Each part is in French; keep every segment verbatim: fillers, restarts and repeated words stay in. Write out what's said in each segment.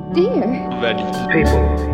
Dear Valley people,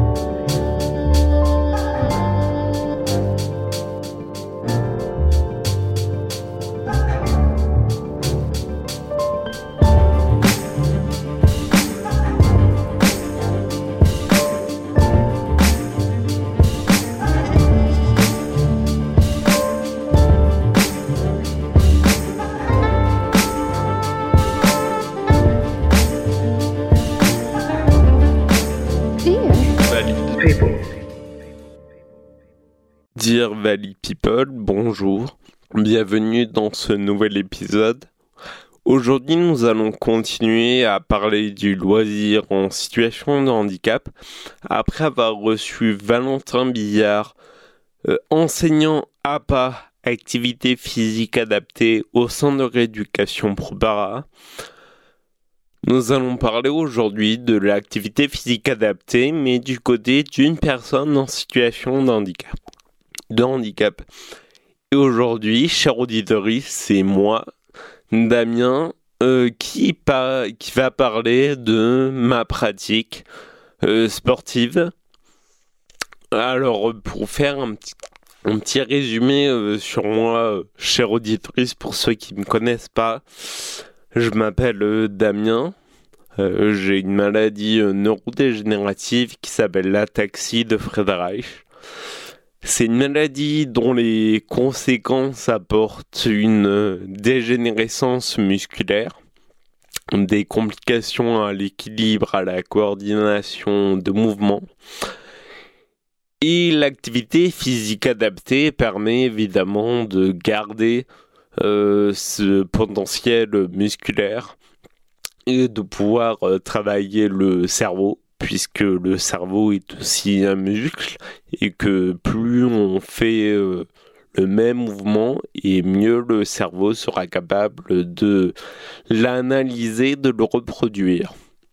people. Dear Valley People, bonjour, bienvenue dans ce nouvel épisode. Aujourd'hui, nous allons continuer à parler du loisir en situation de handicap après avoir reçu Valentin Billard, euh, enseignant A P A, activité physique adaptée au Centre de rééducation Probara. Nous allons parler aujourd'hui de l'activité physique adaptée, mais du côté d'une personne en situation de handicap. De handicap. Et aujourd'hui, chers auditeurs, c'est moi, Damien, euh, qui, pa- qui va parler de ma pratique euh, sportive. Alors, pour faire un petit, un petit résumé euh, sur moi, euh, chère auditrice, pour ceux qui ne me connaissent pas, je m'appelle euh, Damien. Euh, j'ai une maladie euh, neurodégénérative qui s'appelle l'ataxie de Friedreich. C'est une maladie dont les conséquences apportent une euh, dégénérescence musculaire, des complications à l'équilibre, à la coordination de mouvements. Et l'activité physique adaptée permet évidemment de garder euh, ce potentiel musculaire et de pouvoir euh, travailler le cerveau, puisque le cerveau est aussi un muscle, et que plus on fait euh, le même mouvement, et mieux le cerveau sera capable de l'analyser, de le reproduire.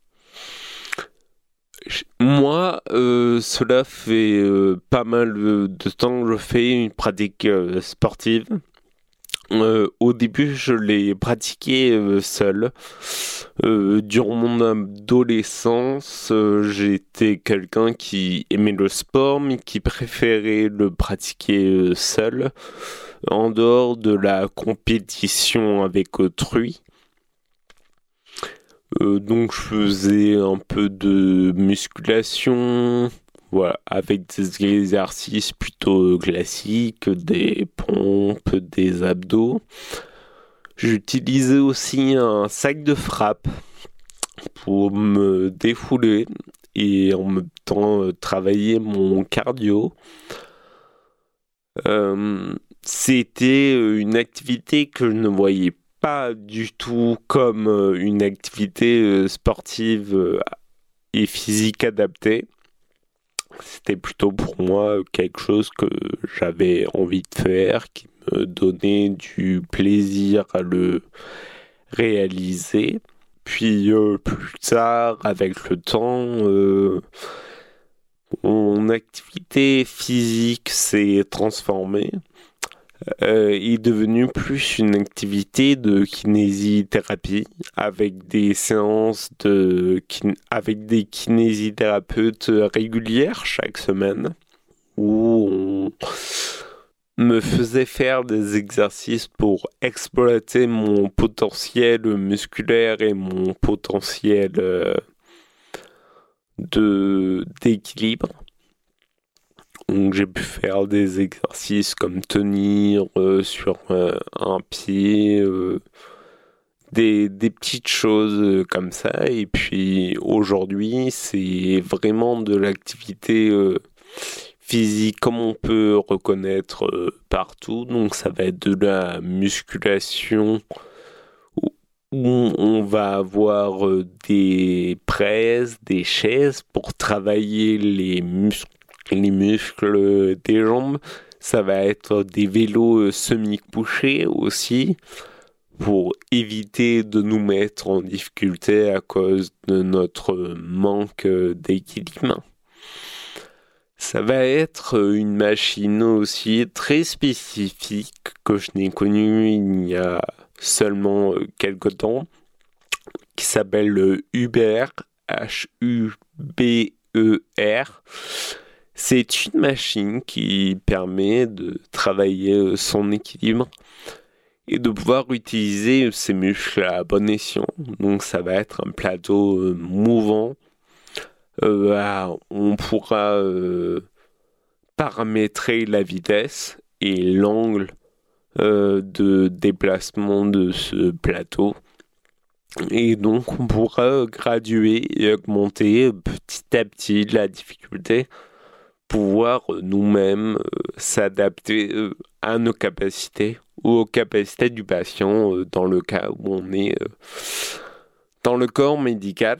Moi, euh, cela fait euh, pas mal de temps que je fais une pratique euh, sportive. Euh, au début, je l'ai pratiqué euh, seul. Euh, durant mon adolescence, euh, j'étais quelqu'un qui aimait le sport, mais qui préférait le pratiquer euh, seul, en dehors de la compétition avec autrui. Euh, donc, je faisais un peu de musculation. Voilà, avec des exercices plutôt classiques, des pompes, des abdos. J'utilisais aussi un sac de frappe pour me défouler et en même temps travailler mon cardio. Euh, c'était une activité que je ne voyais pas du tout comme une activité sportive et physique adaptée. C'était plutôt pour moi quelque chose que j'avais envie de faire, qui me donnait du plaisir à le réaliser. Puis euh, plus tard, avec le temps, euh, mon activité physique s'est transformée. Euh, est devenue plus une activité de kinésithérapie avec des séances de kin- avec des kinésithérapeutes régulières chaque semaine où on me faisait faire des exercices pour exploiter mon potentiel musculaire et mon potentiel euh, de d'équilibre. Donc j'ai pu faire des exercices comme tenir euh, sur euh, un pied, euh, des, des petites choses euh, comme ça. Et puis aujourd'hui, c'est vraiment de l'activité euh, physique comme on peut reconnaître euh, partout. Donc ça va être de la musculation où on va avoir euh, des presses, des chaises pour travailler les muscles les muscles des jambes. Ça va être des vélos semi-couchés aussi pour éviter de nous mettre en difficulté à cause de notre manque d'équilibre. Ça va être une machine aussi très spécifique que je n'ai connue il y a seulement quelques temps, qui s'appelle le Uber H U B E R. C'est une machine qui permet de travailler son équilibre et de pouvoir utiliser ses muscles à bon escient. Donc ça va être un plateau euh, mouvant. Euh, à, on pourra euh, paramétrer la vitesse et l'angle euh, de déplacement de ce plateau. Et donc on pourra graduer et augmenter petit à petit la difficulté, pouvoir nous-mêmes euh, s'adapter euh, à nos capacités ou aux capacités du patient euh, dans le cas où on est euh, dans le corps médical.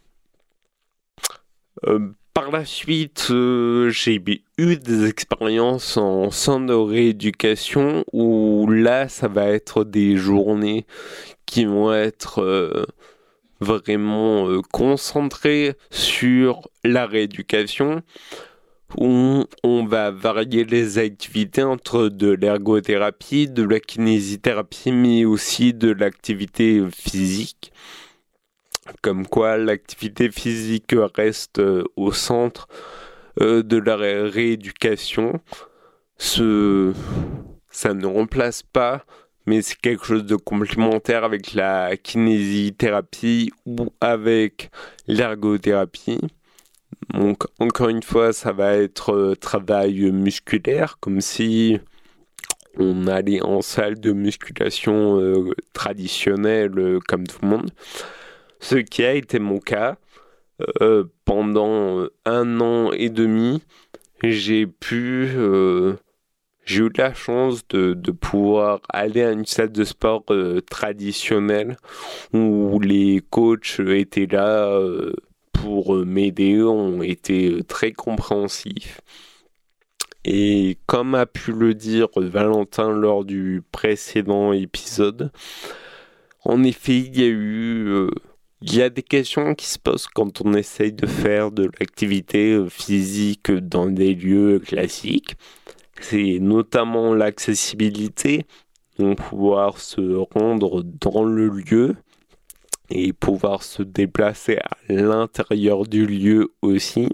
Euh, par la suite, euh, j'ai eu des expériences en centre de rééducation où là, ça va être des journées qui vont être euh, vraiment euh, concentrées sur la rééducation, où on va varier les activités entre de l'ergothérapie, de la kinésithérapie, mais aussi de l'activité physique. Comme quoi l'activité physique reste euh, au centre euh, de la ré- rééducation. Ce... Ça ne remplace pas, mais c'est quelque chose de complémentaire avec la kinésithérapie ou avec l'ergothérapie. Donc, encore une fois, ça va être euh, travail musculaire, comme si on allait en salle de musculation euh, traditionnelle, euh, comme tout le monde. Ce qui a été mon cas. Euh, pendant un an et demi, j'ai pu... Euh, j'ai eu la chance de, de pouvoir aller à une salle de sport euh, traditionnelle où les coachs étaient là euh, pour m'aider, ont été très compréhensifs. Et comme a pu le dire Valentin lors du précédent épisode, en effet, il y a eu... Euh, il y a des questions qui se posent quand on essaye de faire de l'activité euh, physique dans des lieux classiques. C'est notamment l'accessibilité, donc pouvoir se rendre dans le lieu et pouvoir se déplacer à l'intérieur du lieu aussi.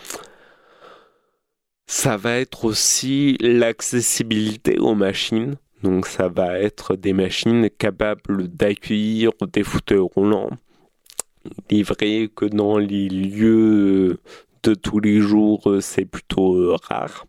Ça va être aussi l'accessibilité aux machines. Donc ça va être des machines capables d'accueillir des fauteuils roulants. Il est vrai que dans les lieux de tous les jours, c'est plutôt rare.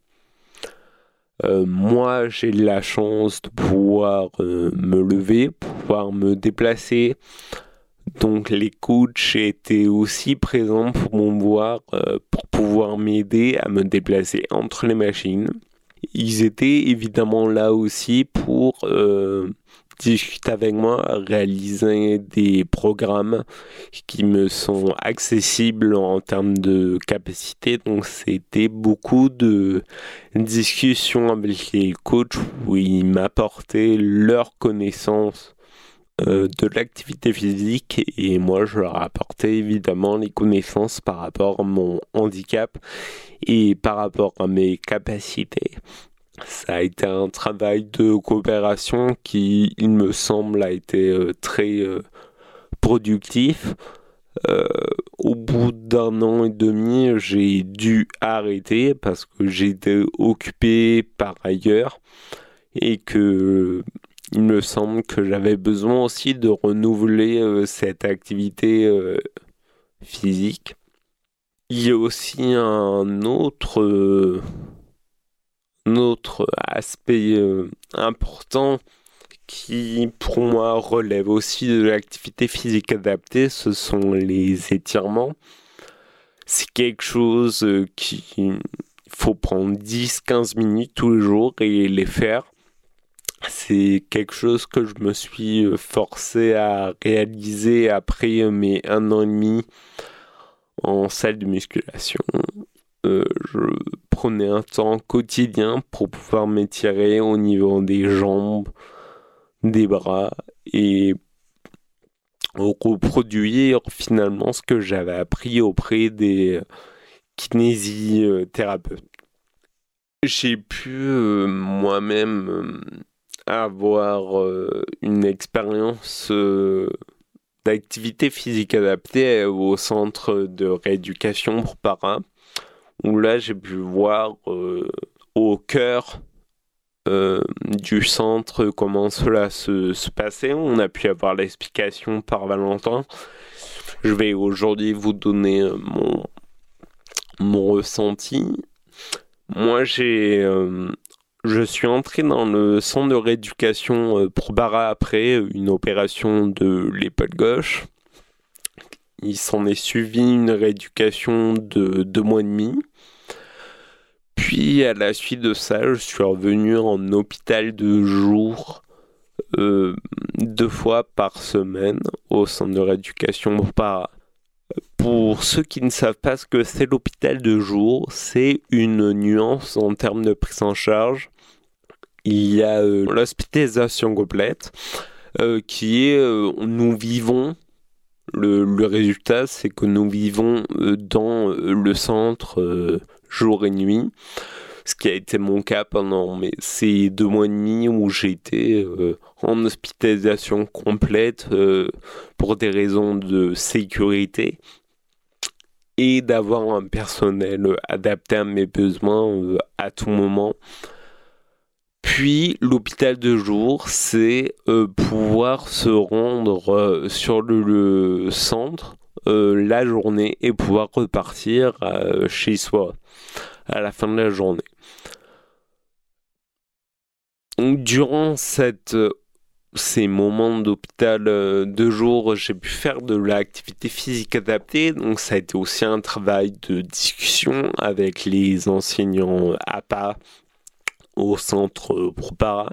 Euh, moi, j'ai la chance de pouvoir euh, me lever, pouvoir me déplacer. Donc les coachs étaient aussi présents pour me voir, euh, pour pouvoir m'aider à me déplacer entre les machines. Ils étaient évidemment là aussi pour euh, discuter avec moi, réaliser des programmes qui me sont accessibles en termes de capacité. Donc c'était beaucoup de discussions avec les coachs où ils m'apportaient leurs connaissances euh, de l'activité physique et moi je leur apportais évidemment les connaissances par rapport à mon handicap et par rapport à mes capacités. Ça a été un travail de coopération qui, il me semble, a été euh, très euh, productif. Euh, au bout d'un an et demi, j'ai dû arrêter parce que j'étais occupé par ailleurs et que il me semble que j'avais besoin aussi de renouveler euh, cette activité euh, physique. Il y a aussi un autre... Euh, Un autre aspect euh, important qui, pour moi, relève aussi de l'activité physique adaptée, ce sont les étirements. C'est quelque chose euh, qu'il faut prendre dix à quinze minutes tous les jours et les faire. C'est quelque chose que je me suis forcé à réaliser après mes un an et demi en salle de musculation. Euh, je prenais un temps quotidien pour pouvoir m'étirer au niveau des jambes, des bras et reproduire finalement ce que j'avais appris auprès des kinésithérapeutes. J'ai pu euh, moi-même euh, avoir euh, une expérience euh, d'activité physique adaptée au centre de rééducation pour para, où là j'ai pu voir euh, au cœur euh, du centre comment cela se, se passait. On a pu avoir l'explication par Valentin. Je vais aujourd'hui vous donner mon, mon ressenti. Moi, j'ai, euh, je suis entré dans le centre de rééducation euh, pour bara après une opération de l'épaule gauche. Il s'en est suivi une rééducation de deux mois et demi. Puis, à la suite de ça, je suis revenu en hôpital de jour euh, deux fois par semaine au centre de rééducation pour para. Pour ceux qui ne savent pas ce que c'est l'hôpital de jour, c'est une nuance en termes de prise en charge. Il y a euh, l'hospitalisation complète euh, qui est euh, nous vivons. Le, le résultat, c'est que nous vivons euh, dans euh, le centre euh, jour et nuit, ce qui a été mon cas pendant mes, ces deux mois et demi où j'ai été euh, en hospitalisation complète euh, pour des raisons de sécurité et d'avoir un personnel adapté à mes besoins euh, à tout moment. Puis l'hôpital de jour, c'est euh, pouvoir se rendre euh, sur le, le centre euh, la journée et pouvoir repartir euh, chez soi à la fin de la journée. Donc, durant cette, euh, ces moments d'hôpital euh, de jour, j'ai pu faire de l'activité physique adaptée. Donc ça a été aussi un travail de discussion avec les enseignants A P A au centre pour para.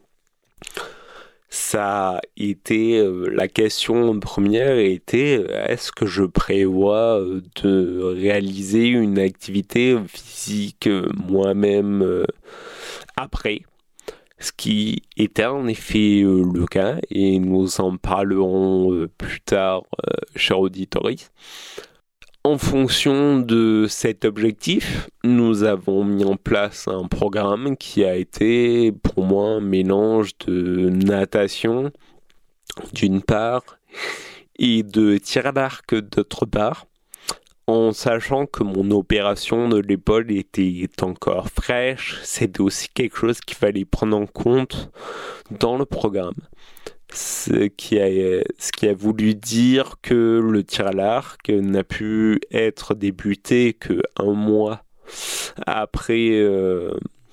Ça a été euh, la question première était est-ce que je prévois euh, de réaliser une activité physique euh, moi-même euh, après, ce qui était en effet euh, le cas et nous en parlerons euh, plus tard, euh, cher auditoris. En fonction de cet objectif, nous avons mis en place un programme qui a été pour moi un mélange de natation d'une part et de tir à l'arc d'autre part, en sachant que mon opération de l'épaule était encore fraîche. C'était aussi quelque chose qu'il fallait prendre en compte dans le programme. Ce qui, a, ce qui a voulu dire que le tir à l'arc n'a pu être débuté qu'un mois après euh,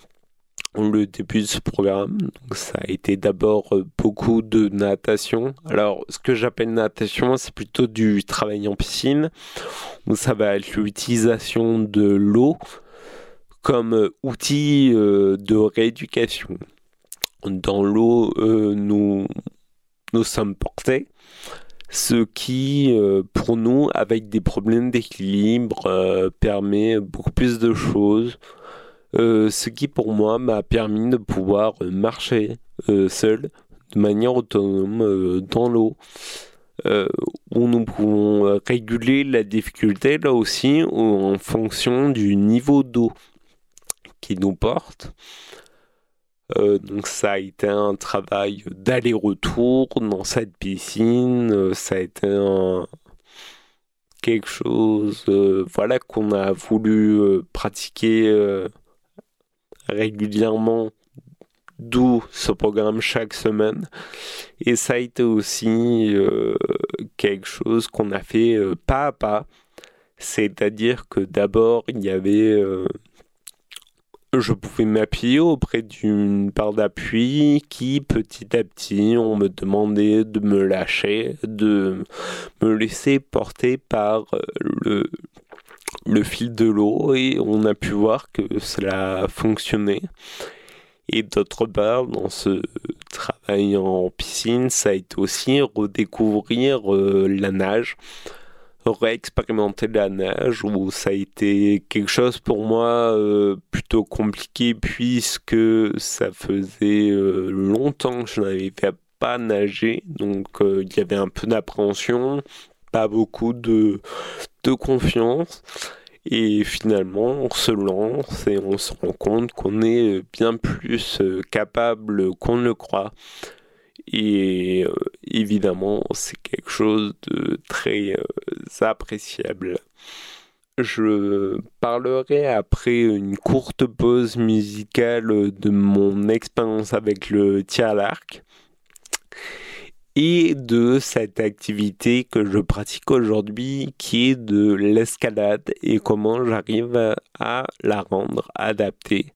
le début de ce programme. Donc ça a été d'abord beaucoup de natation. Alors ce que j'appelle natation, c'est plutôt du travail en piscine, où ça va être l'utilisation de l'eau comme outil euh, de rééducation. Dans l'eau, euh, nous... nous sommes portés, ce qui, euh, pour nous, avec des problèmes d'équilibre, euh, permet beaucoup plus de choses, euh, ce qui, pour moi, m'a permis de pouvoir marcher euh, seul, de manière autonome, euh, dans l'eau, euh, où nous pouvons réguler la difficulté, là aussi, en fonction du niveau d'eau qui nous porte. Euh, donc ça a été un travail d'aller-retour dans cette piscine, euh, ça a été un... quelque chose euh, voilà, qu'on a voulu euh, pratiquer euh, régulièrement, d'où ce programme chaque semaine. Et ça a été aussi euh, quelque chose qu'on a fait euh, pas à pas, c'est-à-dire que d'abord il y avait... Euh, je pouvais m'appuyer auprès d'une barre d'appui qui, petit à petit, on me demandait de me lâcher, de me laisser porter par le, le fil de l'eau et on a pu voir que cela fonctionnait. Et d'autre part, dans ce travail en piscine, ça a été aussi redécouvrir euh, la nage. Réexpérimenter la nage où ça a été quelque chose pour moi euh, plutôt compliqué puisque ça faisait euh, longtemps que je n'avais pas nagé, donc euh, il y avait un peu d'appréhension, pas beaucoup de, de confiance et finalement on se lance et on se rend compte qu'on est bien plus euh, capable qu'on ne le croit. Et euh, évidemment, c'est quelque chose de très euh, appréciable. Je parlerai après une courte pause musicale de mon expérience avec le tir à l'arc et de cette activité que je pratique aujourd'hui qui est de l'escalade et comment j'arrive à la rendre adaptée.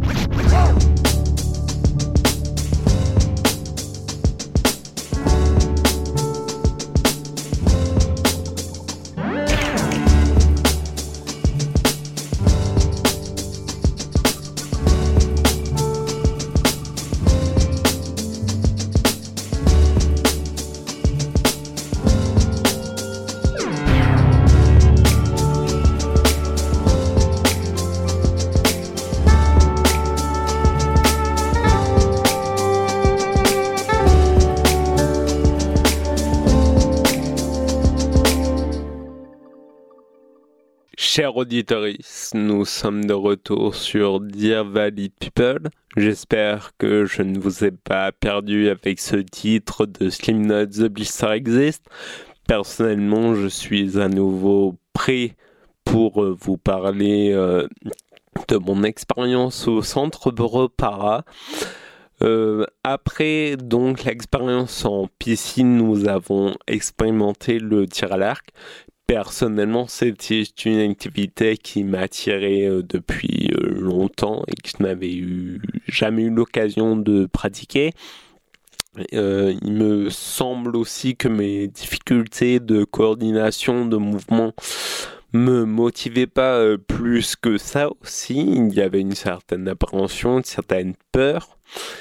Chers auditeurs, nous sommes de retour sur Dear Valley People. J'espère que je ne vous ai pas perdu avec ce titre de Slim Note The Blister Exist. Personnellement, je suis à nouveau prêt pour vous parler euh, de mon expérience au centre Repara. Euh, après donc l'expérience en piscine, nous avons expérimenté le tir à l'arc. Personnellement, c'était une activité qui m'attirait euh, depuis euh, longtemps et que je n'avais eu, jamais eu l'occasion de pratiquer. Euh, il me semble aussi que mes difficultés de coordination de mouvement me motivaient pas euh, plus que ça aussi. Il y avait une certaine appréhension, une certaine peur.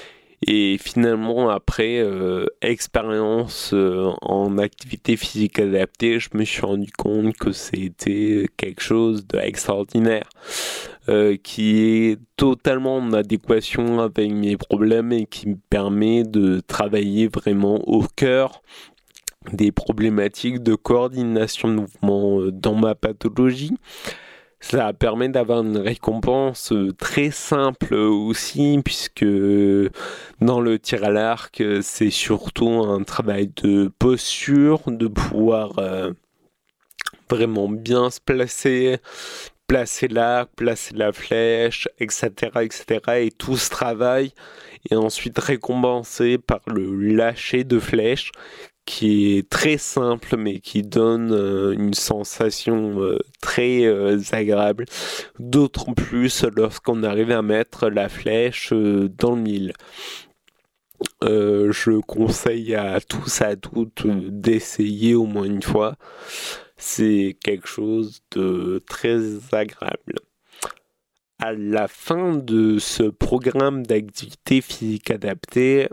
Et finalement, après euh, expérience euh, en activité physique adaptée, je me suis rendu compte que c'était quelque chose d'extraordinaire, euh, qui est totalement en adéquation avec mes problèmes et qui me permet de travailler vraiment au cœur des problématiques de coordination de mouvement dans ma pathologie. Ça permet d'avoir une récompense très simple aussi, puisque dans le tir à l'arc, c'est surtout un travail de posture, de pouvoir euh, vraiment bien se placer, placer l'arc, placer la flèche, et cetera, et cetera. Et tout ce travail est ensuite récompensé par le lâcher de flèche, qui est très simple mais qui donne euh, une sensation euh, très euh, agréable, d'autant plus lorsqu'on arrive à mettre la flèche euh, dans le mille. Euh, je conseille à tous et à toutes d'essayer au moins une fois, c'est quelque chose de très agréable. À la fin de ce programme d'activité physique adaptée,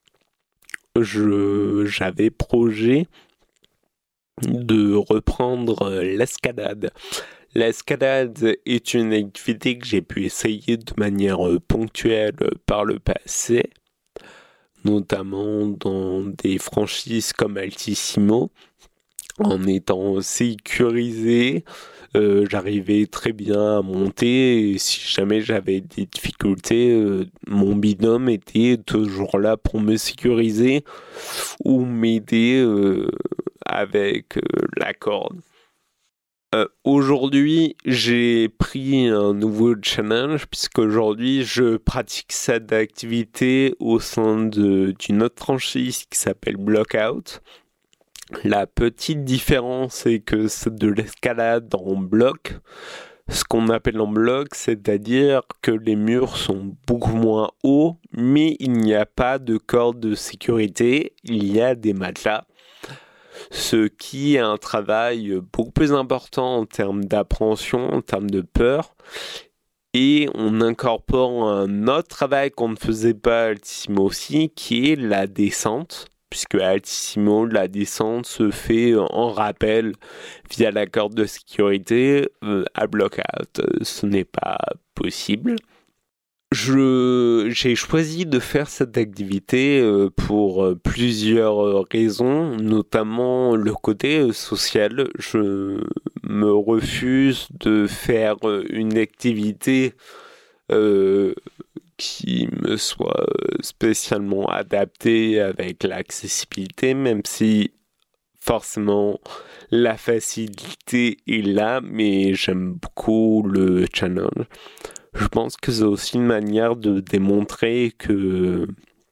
Je, j'avais projet de reprendre l'escalade. L'escalade est une activité que j'ai pu essayer de manière ponctuelle par le passé, notamment dans des franchises comme Altissimo, en étant sécurisé. Euh, j'arrivais très bien à monter et si jamais j'avais des difficultés, euh, mon binôme était toujours là pour me sécuriser ou m'aider euh, avec euh, la corde. Euh, aujourd'hui, j'ai pris un nouveau challenge puisqu'aujourd'hui, je pratique cette activité au sein de, d'une autre franchise qui s'appelle Blockout. La petite différence, c'est que c'est de l'escalade en bloc. Ce qu'on appelle en bloc, c'est-à-dire que les murs sont beaucoup moins hauts, mais il n'y a pas de corde de sécurité, il y a des matelas. Ce qui est un travail beaucoup plus important en termes d'appréhension, en termes de peur. Et on incorpore un autre travail qu'on ne faisait pas à Altissimo aussi, qui est la descente. Puisque à Altissimo, la descente se fait en rappel via la corde de sécurité. Euh, à Blockout, ce n'est pas possible. Je, j'ai choisi de faire cette activité euh, pour euh, plusieurs raisons, notamment le côté social. Je me refuse de faire une activité euh, qui me soit spécialement adapté avec l'accessibilité, même si forcément la facilité est là, mais j'aime beaucoup le challenge. Je pense que c'est aussi une manière de démontrer que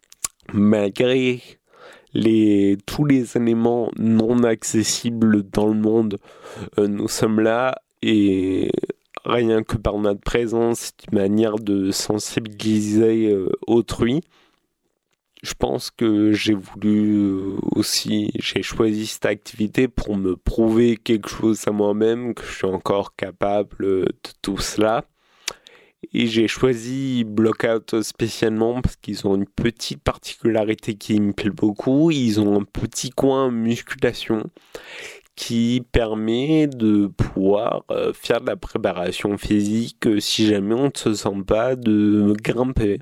malgré les, tous les éléments non accessibles dans le monde, euh, nous sommes là et rien que par notre présence, c'est une manière de sensibiliser euh, autrui. Je pense que j'ai voulu aussi, j'ai choisi cette activité pour me prouver quelque chose à moi-même, que je suis encore capable de tout cela. Et j'ai choisi Blockout spécialement parce qu'ils ont une petite particularité qui me plaît beaucoup. Ils ont un petit coin musculation qui permet de pouvoir euh, faire de la préparation physique euh, si jamais on ne se sent pas de grimper.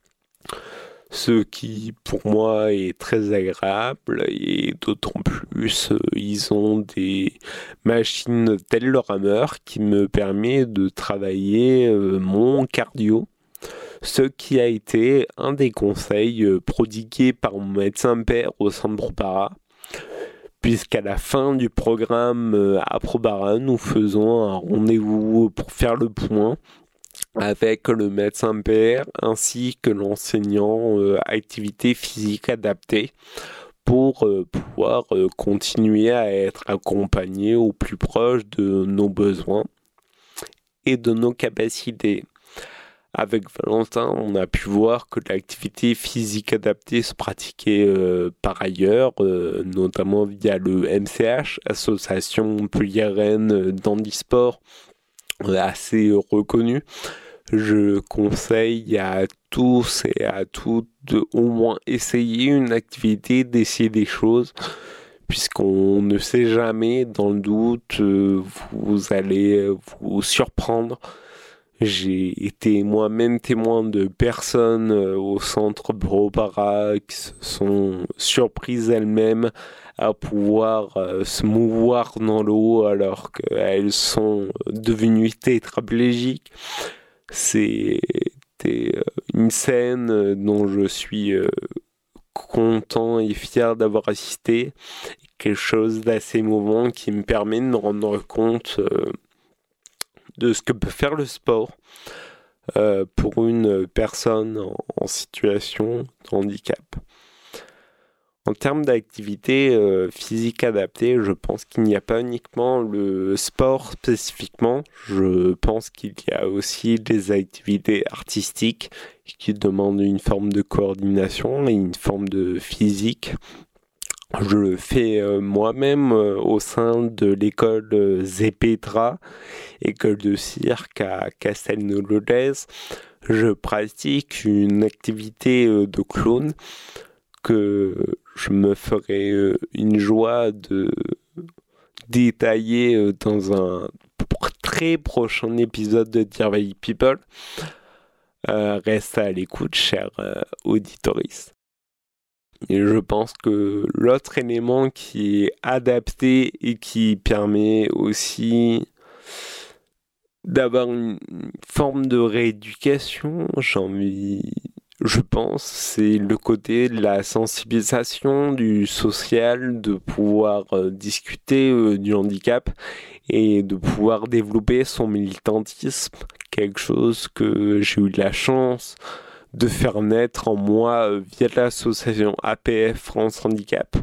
Ce qui pour moi est très agréable et d'autant plus euh, ils ont des machines telles le rameur qui me permet de travailler euh, mon cardio, ce qui a été un des conseils euh, prodigués par mon médecin père au centre ProPara, puisqu'à la fin du programme euh, à ProPara nous faisons un rendez-vous pour faire le point avec le médecin père ainsi que l'enseignant euh, activité physique adaptée pour euh, pouvoir euh, continuer à être accompagné au plus proche de nos besoins et de nos capacités. Avec Valentin, on a pu voir que l'activité physique adaptée se pratiquait euh, par ailleurs, euh, notamment via le M C H, Association Montpelliéraine d'Handisport, assez reconnu. Je conseille à tous et à toutes de au moins essayer une activité, d'essayer des choses, puisqu'on ne sait jamais, dans le doute, vous allez vous surprendre. J'ai été moi-même témoin de personnes au centre ProPara qui se sont surprises elles-mêmes à pouvoir euh, se mouvoir dans l'eau alors qu'elles sont devenues tétraplégiques. C'était une scène dont je suis euh, content et fier d'avoir assisté. Quelque chose d'assez émouvant qui me permet de me rendre compte euh, de ce que peut faire le sport euh, pour une personne en, en situation de handicap. En termes d'activité euh, physique adaptée, je pense qu'il n'y a pas uniquement le sport spécifiquement, je pense qu'il y a aussi des activités artistiques qui demandent une forme de coordination et une forme de physique. Je le fais euh, moi-même euh, au sein de l'école euh, Zepetra, école de cirque à Castelnau-le-Lez. Je pratique une activité euh, de clown que je me ferai euh, une joie de détailler euh, dans un très prochain épisode de Dirty People. Euh, reste à l'écoute, cher euh, auditoris. Et je pense que l'autre élément qui est adapté et qui permet aussi d'avoir une forme de rééducation, j'ai envie, je pense, c'est le côté de la sensibilisation, du social, de pouvoir euh, discuter euh, du handicap et de pouvoir développer son militantisme, quelque chose que j'ai eu de la chance de faire naître en moi via l'association A P F France Handicap.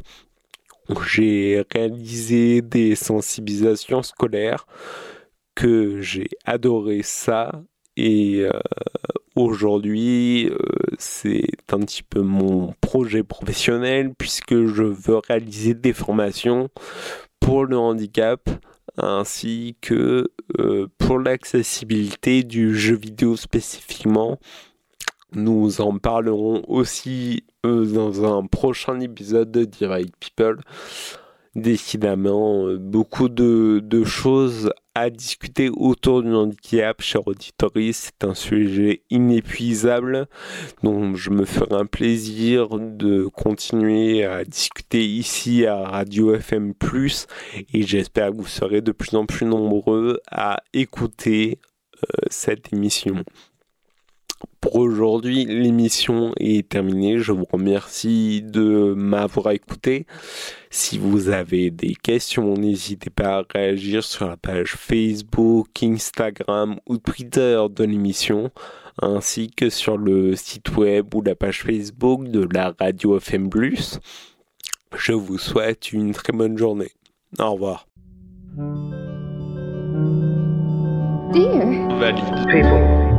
J'ai réalisé des sensibilisations scolaires que j'ai adoré ça et euh, aujourd'hui euh, c'est un petit peu mon projet professionnel puisque je veux réaliser des formations pour le handicap ainsi que euh, pour l'accessibilité du jeu vidéo spécifiquement. Nous en parlerons aussi euh, dans un prochain épisode de Direct People. Décidément, euh, beaucoup de, de choses à discuter autour du handicap, cher auditoris. C'est un sujet inépuisable, donc je me ferai un plaisir de continuer à discuter ici à Radio F M plus, et j'espère que vous serez de plus en plus nombreux à écouter euh, cette émission. Pour aujourd'hui, l'émission est terminée. Je vous remercie de m'avoir écouté. Si vous avez des questions, n'hésitez pas à réagir sur la page Facebook, Instagram ou Twitter de l'émission, ainsi que sur le site web ou la page Facebook de la radio F M plus. Je vous souhaite une très bonne journée. Au revoir. Dear Valide. People.